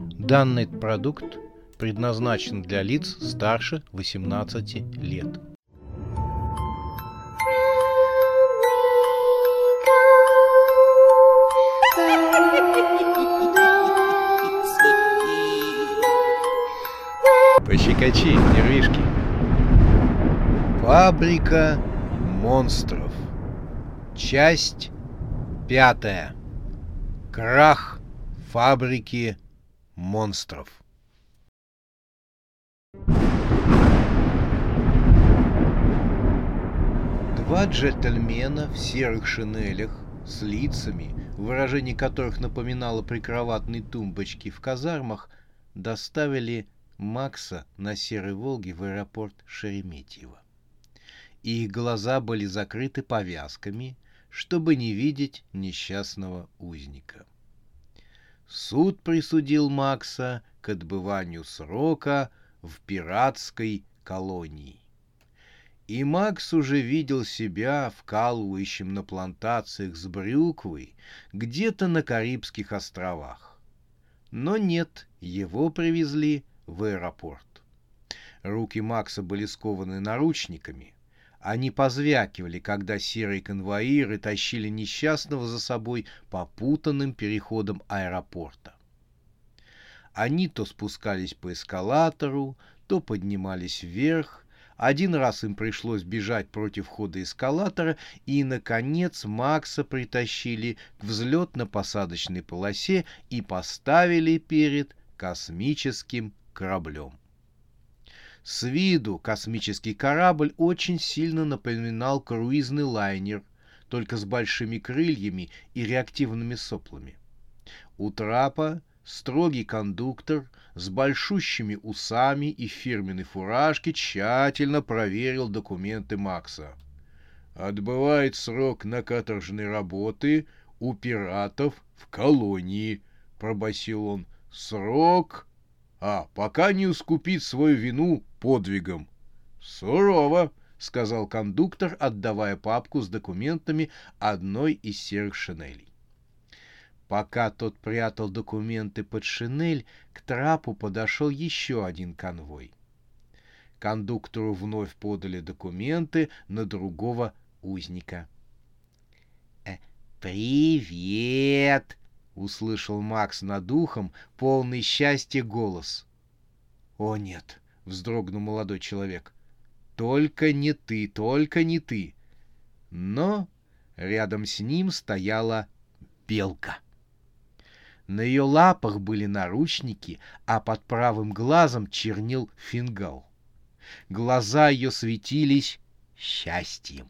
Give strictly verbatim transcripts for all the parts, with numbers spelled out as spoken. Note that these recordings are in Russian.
Данный продукт предназначен для лиц старше восемнадцати лет. Пощекочи нервишки. Фабрика монстров. Часть пятая. Крах фабрики монстров. Два джентльмена в серых шинелях с лицами, выражение которых напоминало прикроватные тумбочки в казармах, доставили Макса на серой «Волге» в аэропорт Шереметьево. Их глаза были закрыты повязками, чтобы не видеть несчастного узника. Суд присудил Макса к отбыванию срока в пиратской колонии. И Макс уже видел себя вкалывающим на плантациях с брюквой где-то на Карибских островах. Но нет, его привезли в аэропорт. Руки Макса были скованы наручниками. Они позвякивали, когда серые конвоиры тащили несчастного за собой по путанным переходам аэропорта. Они то спускались по эскалатору, то поднимались вверх. Один раз им пришлось бежать против хода эскалатора, и, наконец, Макса притащили к взлетно-посадочной полосе и поставили перед космическим кораблем. С виду космический корабль очень сильно напоминал круизный лайнер, только с большими крыльями и реактивными соплами. У трапа строгий кондуктор с большущими усами и фирменной фуражки тщательно проверил документы Макса. «Отбывает срок на каторжной работы у пиратов в колонии», — пробасил он. «Срок... А, пока не искупит свою вину подвигом». «Сурово», — сказал кондуктор, отдавая папку с документами одной из серых шинелей. Пока тот прятал документы под шинель, к трапу подошел еще один конвой. Кондуктору вновь подали документы на другого узника. «Э, «Привет!» — услышал Макс над ухом полный счастья голос. «О нет!» — вздрогнул молодой человек. «Только не ты, только не ты!» Но рядом с ним стояла белка. На ее лапах были наручники, а под правым глазом чернил фингал. Глаза ее светились счастьем.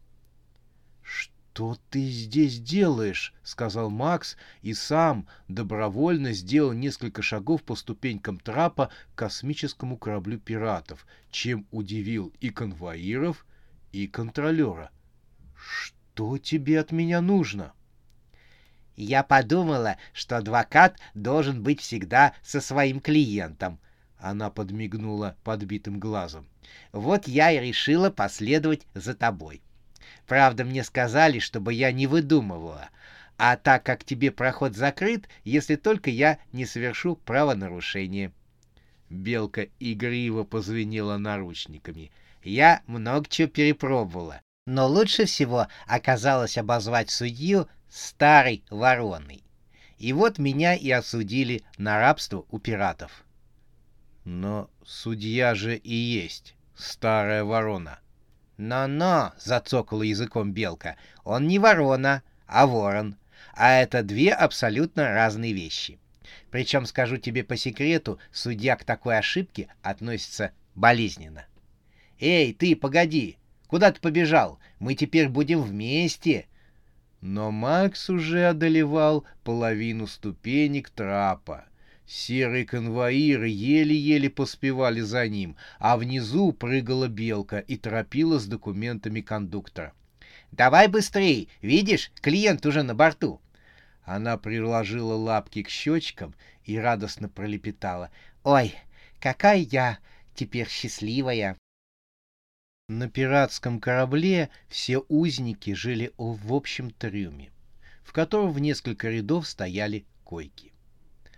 «Что ты здесь делаешь?» — сказал Макс, и сам добровольно сделал несколько шагов по ступенькам трапа к космическому кораблю пиратов, чем удивил и конвоиров, и контролера. «Что тебе от меня нужно?» «Я подумала, что адвокат должен быть всегда со своим клиентом», — она подмигнула подбитым глазом. «Вот я и решила последовать за тобой. Правда, мне сказали, чтобы я не выдумывала. А так как тебе проход закрыт, если только я не совершу правонарушение». Белка игриво позвенела наручниками. «Я много чего перепробовала, но лучше всего оказалось обозвать судью старой вороной. И вот меня и осудили на рабство у пиратов». «Но судья же и есть старая ворона». «Но-но», — зацокала языком белка, — «он не ворона, а ворон. А это две абсолютно разные вещи. Причем, скажу тебе по секрету, судья к такой ошибке относится болезненно». «Эй, ты, погоди! Куда ты побежал? Мы теперь будем вместе!» Но Макс уже одолевал половину ступенек трапа. Серые конвоиры еле-еле поспевали за ним, а внизу прыгала белка и торопила с документами кондуктора. «Давай быстрей! Видишь, клиент уже на борту!» Она приложила лапки к щечкам и радостно пролепетала. «Ой, какая я теперь счастливая!» На пиратском корабле все узники жили в общем трюме, в котором в несколько рядов стояли койки.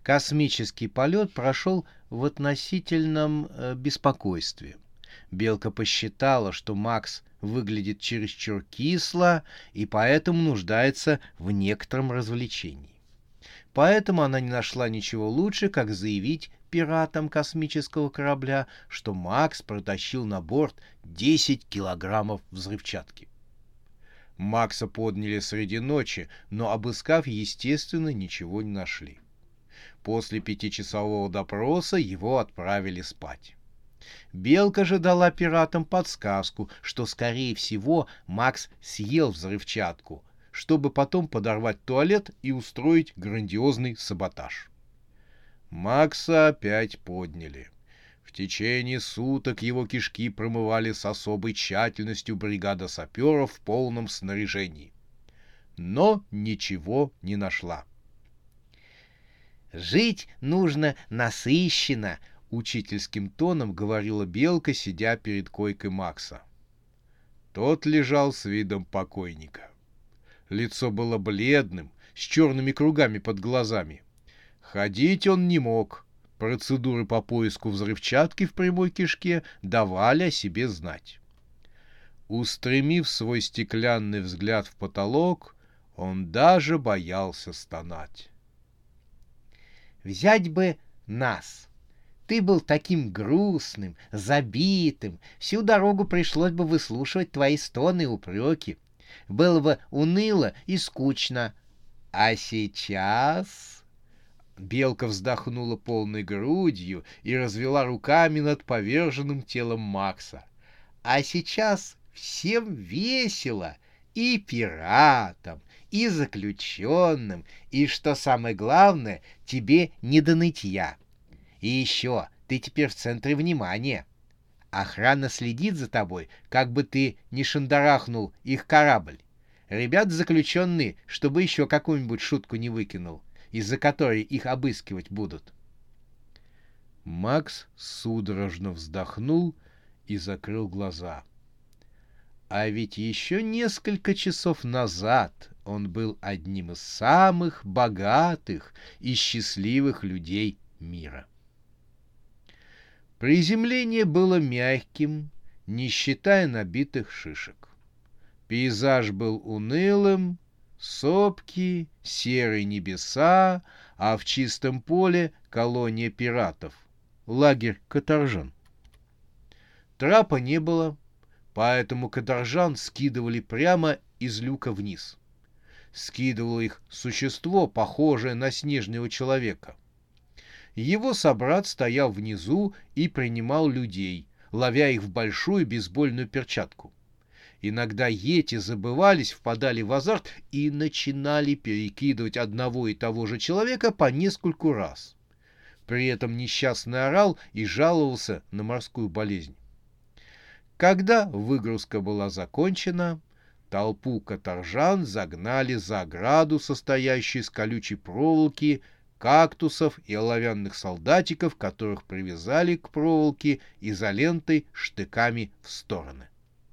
Космический полет прошел в относительном э, беспокойстве. Белка посчитала, что Макс выглядит чересчур кисло и поэтому нуждается в некотором развлечении. Поэтому она не нашла ничего лучше, как заявить пиратам космического корабля, что Макс протащил на борт десять килограммов взрывчатки. Макса подняли среди ночи, но, обыскав, естественно, ничего не нашли. После пятичасового допроса его отправили спать. Белка же дала пиратам подсказку, что, скорее всего, Макс съел взрывчатку, чтобы потом подорвать туалет и устроить грандиозный саботаж. Макса опять подняли. В течение суток его кишки промывали с особой тщательностью бригада саперов в полном снаряжении. Но ничего не нашла. «Жить нужно насыщенно», — учительским тоном говорила Белка, сидя перед койкой Макса. Тот лежал с видом покойника. Лицо было бледным, с черными кругами под глазами. Ходить он не мог. Процедуры по поиску взрывчатки в прямой кишке давали о себе знать. Устремив свой стеклянный взгляд в потолок, он даже боялся стонать. «Взять бы нас. Ты был таким грустным, забитым. Всю дорогу пришлось бы выслушивать твои стоны и упреки. Было бы уныло и скучно. А сейчас...» Белка вздохнула полной грудью и развела руками над поверженным телом Макса. «А сейчас всем весело. И пиратам, и заключенным, и, что самое главное, тебе не до нытья. И еще, ты теперь в центре внимания. Охрана следит за тобой, как бы ты не шандарахнул их корабль. Ребят заключенные, чтобы еще какую-нибудь шутку не выкинул, из-за которой их обыскивать будут». Макс судорожно вздохнул и закрыл глаза. А ведь еще несколько часов назад он был одним из самых богатых и счастливых людей мира. Приземление было мягким, не считая набитых шишек. Пейзаж был унылым, сопки, серые небеса, а в чистом поле колония пиратов, лагерь каторжан. Трапа не было, поэтому каторжан скидывали прямо из люка вниз. Скидывало их существо, похожее на снежного человека. Его собрат стоял внизу и принимал людей, ловя их в большую бейсбольную перчатку. Иногда йети забывались, впадали в азарт и начинали перекидывать одного и того же человека по нескольку раз. При этом несчастный орал и жаловался на морскую болезнь. Когда выгрузка была закончена, толпу каторжан загнали за ограду, состоящую из колючей проволоки, кактусов и оловянных солдатиков, которых привязали к проволоке изолентой штыками в стороны.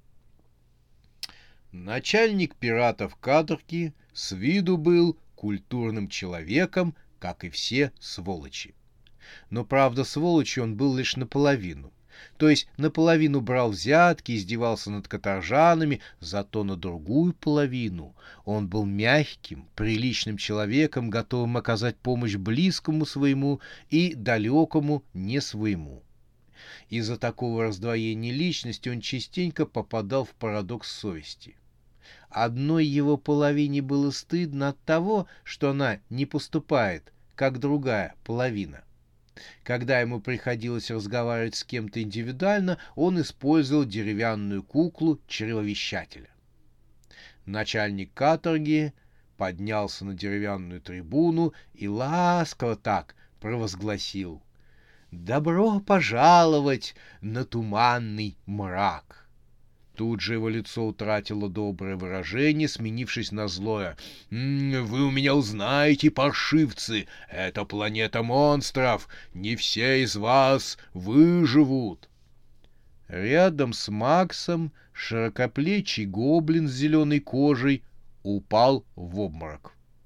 Начальник пиратов каторги с виду был культурным человеком, как и все сволочи. Но, правда, сволочью он был лишь наполовину. То есть наполовину брал взятки, издевался над каторжанами, зато на другую половину он был мягким, приличным человеком, готовым оказать помощь близкому своему и далекому не своему. Из-за такого раздвоения личности он частенько попадал в парадокс совести. Одной его половине было стыдно от того, что она не поступает, как другая половина. Когда ему приходилось разговаривать с кем-то индивидуально, он использовал деревянную куклу чревовещателя. Начальник каторги поднялся на деревянную трибуну и ласково так провозгласил: «Добро пожаловать на туманный мрак!» Тут же его лицо утратило доброе выражение, сменившись на злое. «Вы у меня узнаете, паршивцы! Это планета монстров! Не все из вас выживут!» Рядом с Максом широкоплечий гоблин с зеленой кожей упал в обморок.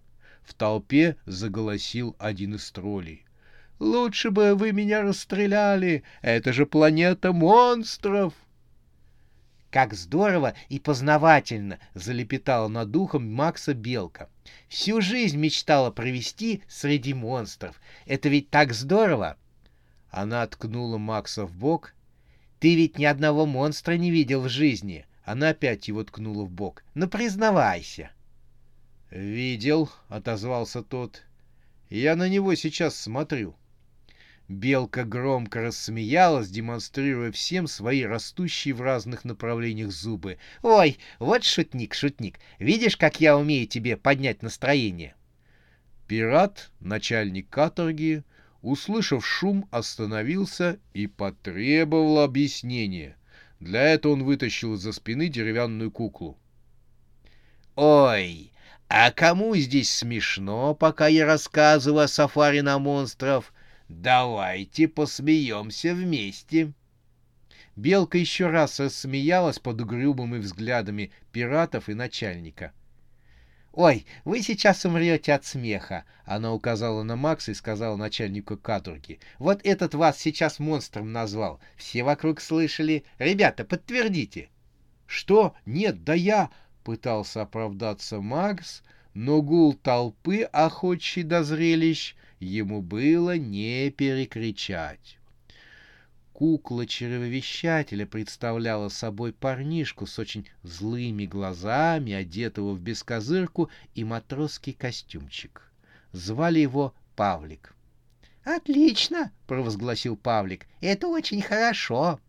В толпе заголосил один из троллей. «Лучше бы вы меня расстреляли! Это же планета монстров!» «Как здорово и познавательно!» — залепетала над ухом Макса белка. «Всю жизнь мечтала провести среди монстров. Это ведь так здорово!» Она ткнула Макса в бок. «Ты ведь ни одного монстра не видел в жизни!» Она опять его ткнула в бок. «Ну, признавайся!» «Видел», — отозвался тот. «Я на него сейчас смотрю». Белка громко рассмеялась, демонстрируя всем свои растущие в разных направлениях зубы. «Ой, вот шутник, шутник. Видишь, как я умею тебе поднять настроение?» Пират, начальник каторги, услышав шум, остановился и потребовал объяснения. Для этого он вытащил из-за спины деревянную куклу. «Ой, а кому здесь смешно, пока я рассказываю о сафари на монстров? Давайте посмеемся вместе!» Белка еще раз рассмеялась под угрюмыми взглядами пиратов и начальника. «Ой, вы сейчас умрете от смеха!» Она указала на Макса и сказала начальнику каторги. «Вот этот вас сейчас монстром назвал. Все вокруг слышали. Ребята, подтвердите!» «Что? Нет, да я...» — пытался оправдаться Макс, но гул толпы, охочий до зрелищ, ему было не перекричать. Кукла червовещателя представляла собой парнишку с очень злыми глазами, одетого в бескозырку и матросский костюмчик. Звали его Павлик. «Отлично!» — провозгласил Павлик. «Это очень хорошо!»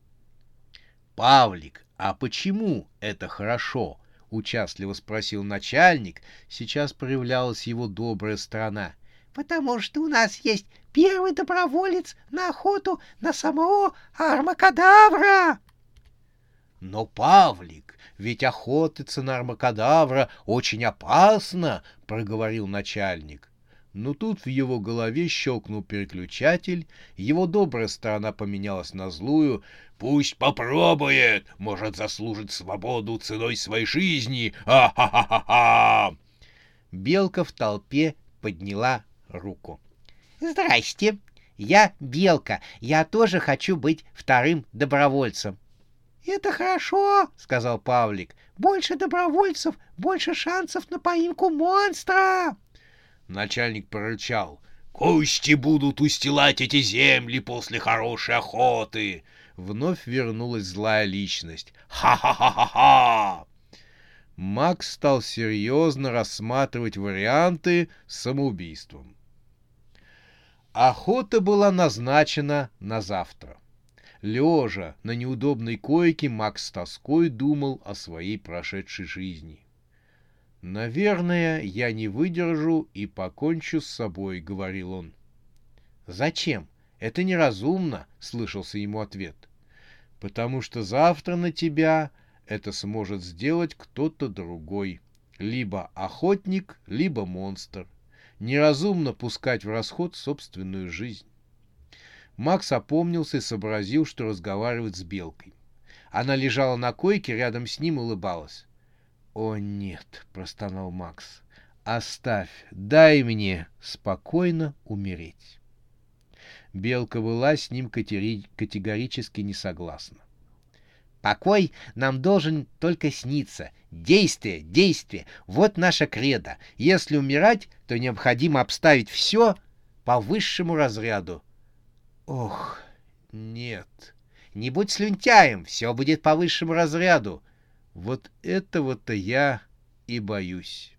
«Павлик, а почему это хорошо?» — участливо спросил начальник. Сейчас проявлялась его добрая сторона. «Потому что у нас есть первый доброволец на охоту на самого Армакадавра!» «Но, Павлик, ведь охотиться на Армакадавра очень опасно!» — проговорил начальник. Но тут в его голове щелкнул переключатель, его добрая сторона поменялась на злую. «Пусть попробует! Может, заслужит свободу ценой своей жизни! А-ха-ха-ха-ха!» Белка в толпе подняла руку. «Здрасте, я Белка, я тоже хочу быть вторым добровольцем». «Это хорошо», — сказал Павлик. «Больше добровольцев, больше шансов на поимку монстра». Начальник прорычал. «Кости будут устилать эти земли после хорошей охоты!» Вновь вернулась злая личность. «Ха-ха-ха-ха-ха!» Макс стал серьезно рассматривать варианты с самоубийством. Охота была назначена на завтра. Лежа на неудобной койке, Макс с тоской думал о своей прошедшей жизни. «Наверное, я не выдержу и покончу с собой», — говорил он. «Зачем? Это неразумно», — слышался ему ответ. «Потому что завтра на тебя это сможет сделать кто-то другой. Либо охотник, либо монстр. Неразумно пускать в расход собственную жизнь». Макс опомнился и сообразил, что разговаривает с белкой. Она лежала на койке, рядом с ним улыбалась. «О, нет», — простонал Макс, — «оставь, дай мне спокойно умереть». Белка была с ним категорически не согласна. «Покой нам должен только сниться. Действие, действие — вот наша кредо. Если умирать, то необходимо обставить все по высшему разряду». «Ох, нет». «Не будь слюнтяем, все будет по высшему разряду». Вот этого-то я и боюсь.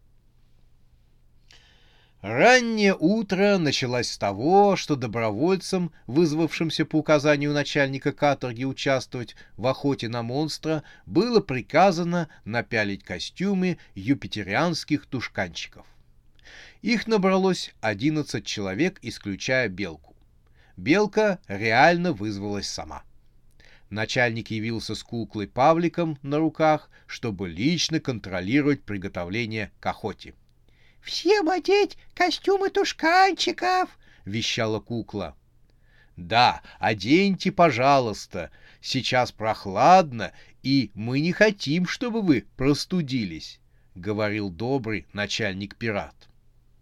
Раннее утро началось с того, что добровольцам, вызвавшимся по указанию начальника каторги участвовать в охоте на монстра, было приказано напялить костюмы юпитерианских тушканчиков. Их набралось одиннадцать человек, исключая Белку. Белка реально вызвалась сама. Начальник явился с куклой Павликом на руках, чтобы лично контролировать приготовление к охоте. «Всем одеть костюмы тушканчиков!» — вещала кукла. «Да, оденьте, пожалуйста. Сейчас прохладно, и мы не хотим, чтобы вы простудились», — говорил добрый начальник-пират.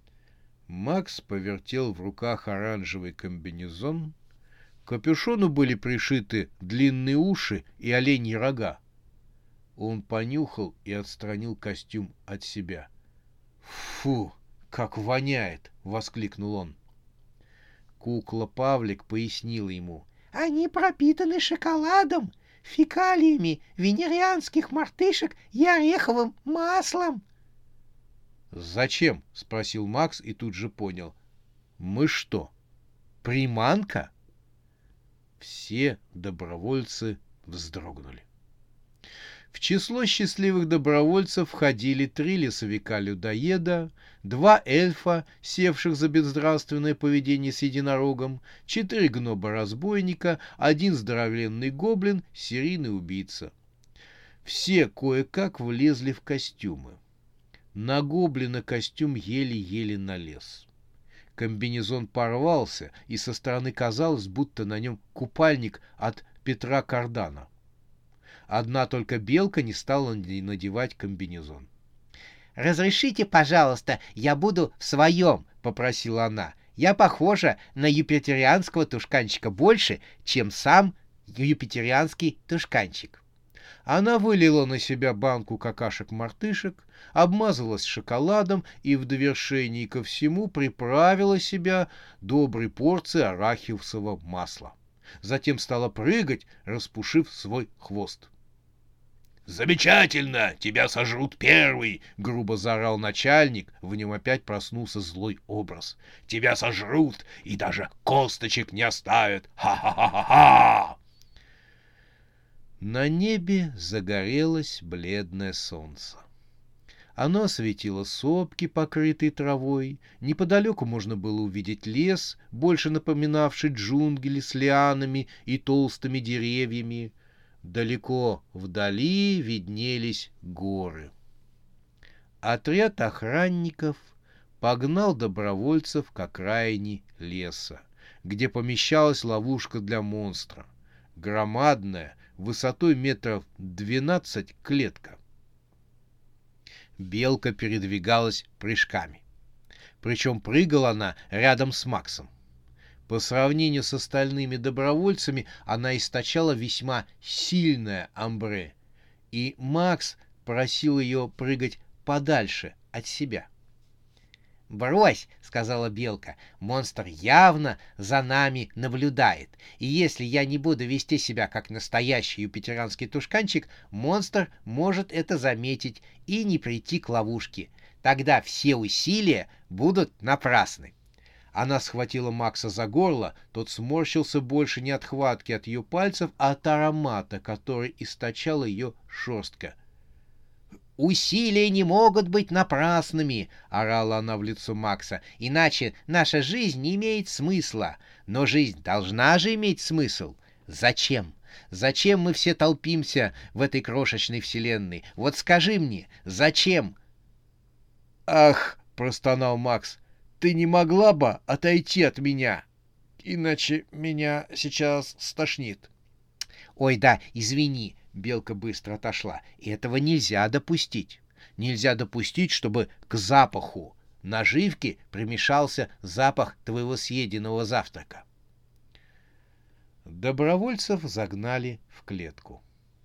Макс повертел в руках оранжевый комбинезон. К капюшону были пришиты длинные уши и оленьи рога. Он понюхал и отстранил костюм от себя. «Фу, как воняет!» — воскликнул он. Кукла Павлик пояснила ему. «Они пропитаны шоколадом, фекалиями венерианских мартышек и ореховым маслом». «Зачем?» — спросил Макс и тут же понял. «Мы что, приманка?» Все добровольцы вздрогнули. В число счастливых добровольцев входили три лесовика-людоеда, два эльфа, севших за безнравственное поведение с единорогом, четыре гноба-разбойника, один здоровенный гоблин, серийный убийца. Все кое-как влезли в костюмы. На гоблина костюм еле-еле налез. Комбинезон порвался, и со стороны казалось, будто на нем купальник от Петра Кардана. Одна только Белка не стала надевать комбинезон. «Разрешите, пожалуйста, я буду в своем», — попросила она. «Я похожа на юпитерианского тушканчика больше, чем сам юпитерианский тушканчик». Она вылила на себя банку какашек-мартышек, обмазалась шоколадом и в довершении ко всему приправила себя доброй порцией арахисового масла. Затем стала прыгать, распушив свой хвост. «Замечательно! Тебя сожрут первый!» — грубо заорал начальник. В нем опять проснулся злой образ. «Тебя сожрут и даже косточек не оставят! Ха-ха-ха-ха-ха!» На небе загорелось бледное солнце. Оно осветило сопки, покрытые травой. Неподалеку можно было увидеть лес, больше напоминавший джунгли с лианами и толстыми деревьями. Далеко вдали виднелись горы. Отряд охранников погнал добровольцев к окраине леса, где помещалась ловушка для монстра. Громадная, высотой метров двенадцать клетка. Белка передвигалась прыжками. Причем прыгала она рядом с Максом. По сравнению с остальными добровольцами она источала весьма сильное амбре, и Макс просил ее прыгать подальше от себя. «Брось», — сказала Белка, — «монстр явно за нами наблюдает, и если я не буду вести себя как настоящий юпитерианский тушканчик, монстр может это заметить и не прийти к ловушке. Тогда все усилия будут напрасны». Она схватила Макса за горло, тот сморщился больше не от хватки от ее пальцев, а от аромата, который источала ее шерстка. «Усилия не могут быть напрасными», — орала она в лицо Макса, — «иначе наша жизнь не имеет смысла. Но жизнь должна же иметь смысл. Зачем? Зачем мы все толпимся в этой крошечной вселенной? Вот скажи мне, зачем?» «Ах», — простонал Макс, — «ты не могла бы отойти от меня? Иначе меня сейчас стошнит». «Ой, да, извини», — Белка быстро отошла. «Этого нельзя допустить. Нельзя допустить, чтобы к запаху наживки примешался запах твоего съеденного завтрака». Добровольцев загнали в клетку.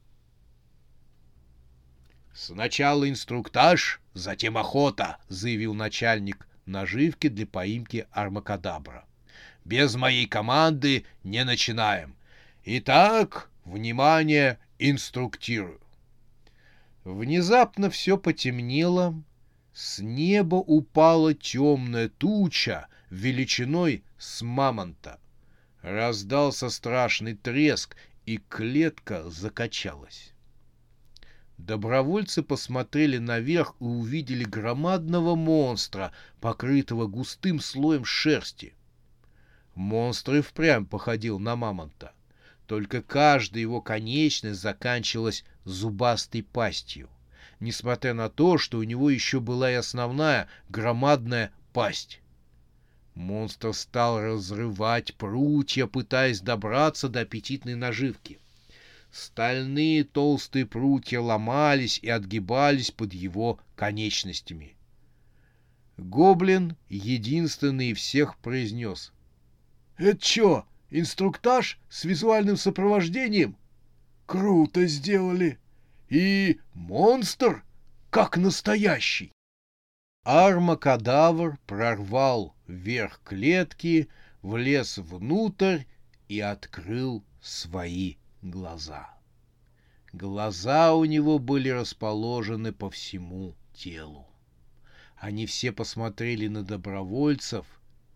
«Сначала инструктаж, затем охота», — заявил начальник наживки для поимки армакадабра. «Без моей команды не начинаем. Итак, внимание, инструктирую». Внезапно все потемнело, с неба упала темная туча величиной с мамонта. Раздался страшный треск, и клетка закачалась. Добровольцы посмотрели наверх и увидели громадного монстра, покрытого густым слоем шерсти. Монстр и впрямь походил на мамонта, только каждая его конечность заканчивалась зубастой пастью, несмотря на то, что у него еще была и основная громадная пасть. Монстр стал разрывать прутья, пытаясь добраться до аппетитной наживки. Стальные толстые прутья ломались и отгибались под его конечностями. Гоблин, единственный из всех, произнес: «Это чё, инструктаж с визуальным сопровождением? Круто сделали! И монстр как настоящий!» Армакадавр прорвал верх клетки, влез внутрь и открыл свои глаза. Глаза у него были расположены по всему телу. Они все посмотрели на добровольцев.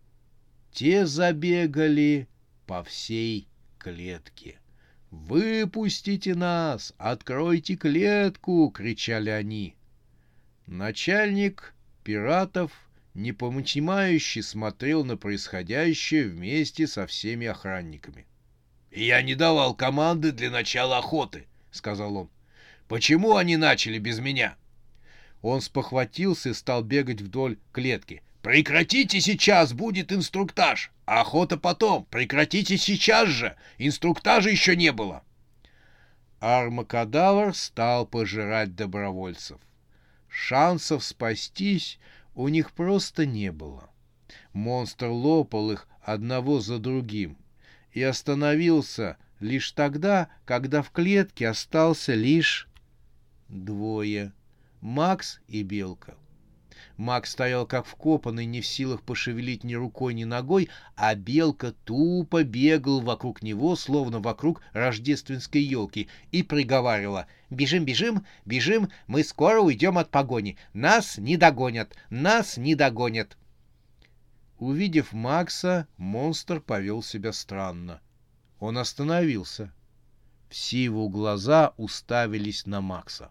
Те забегали по всей клетке. «Выпустите нас! Откройте клетку!» — кричали они. Начальник пиратов, непонимающе, смотрел на происходящее вместе со всеми охранниками. «Я не давал команды для начала охоты», — сказал он. «Почему они начали без меня?» Он спохватился и стал бегать вдоль клетки. «Прекратите сейчас, будет инструктаж! Охота потом! Прекратите сейчас же! Инструктажа еще не было!» Армакадавр стал пожирать добровольцев. Шансов спастись у них просто не было. Монстр лопал их одного за другим и остановился лишь тогда, когда в клетке остался лишь двое — Макс и Белка. Макс стоял как вкопанный, не в силах пошевелить ни рукой, ни ногой, а Белка тупо бегал вокруг него, словно вокруг рождественской елки, и приговаривала: «Бежим, бежим, бежим, мы скоро уйдем от погони. Нас не догонят, нас не догонят». Увидев Макса, монстр повел себя странно. Он остановился. Все его глаза уставились на Макса.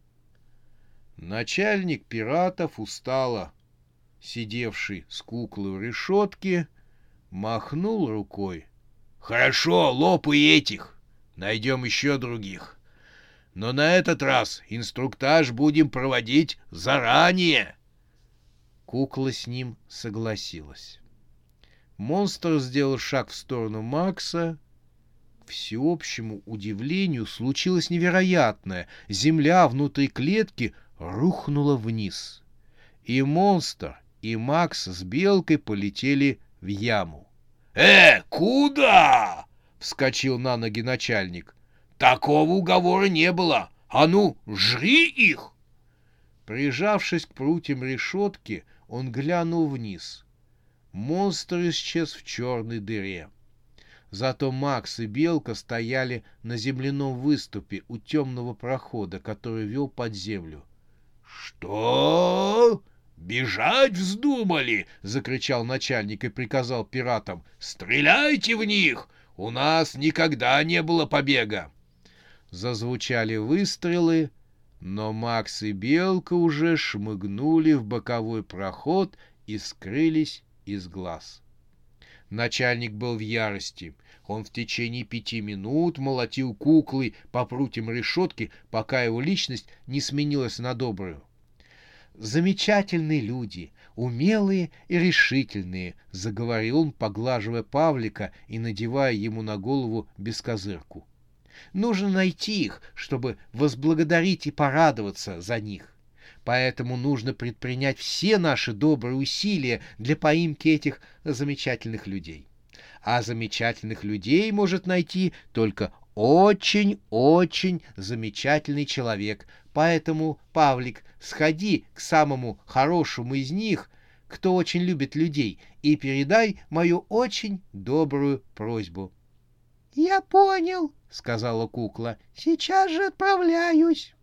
Начальник пиратов, устало сидевший с куклой в решетке, махнул рукой. «Хорошо, лопай этих, найдем еще других. Но на этот раз инструктаж будем проводить заранее». Кукла с ним согласилась. Монстр сделал шаг в сторону Макса. К всеобщему удивлению случилось невероятное. Земля внутри клетки рухнула вниз. И монстр, и Макс с Белкой полетели в яму. «Э, куда?» — вскочил на ноги начальник. «Такого уговора не было. А ну, жри их!» Прижавшись к прутьям решетки, он глянул вниз. Монстр исчез в черной дыре. Зато Макс и Белка стояли на земляном выступе у темного прохода, который вел под землю. «Что? Бежать вздумали?» — закричал начальник и приказал пиратам. «Стреляйте в них! У нас никогда не было побега!» Зазвучали выстрелы, но Макс и Белка уже шмыгнули в боковой проход и скрылись из глаз. Начальник был в ярости. Он в течение пяти минут молотил куклой по прутьям решетки, пока его личность не сменилась на добрую. «Замечательные люди, умелые и решительные», — заговорил он, поглаживая Павлика и надевая ему на голову бескозырку. «Нужно найти их, чтобы возблагодарить и порадоваться за них. Поэтому нужно предпринять все наши добрые усилия для поимки этих замечательных людей. А замечательных людей может найти только очень-очень замечательный человек. Поэтому, Павлик, сходи к самому хорошему из них, кто очень любит людей, и передай мою очень добрую просьбу». «Я понял», — сказала кукла. «Сейчас же отправляюсь».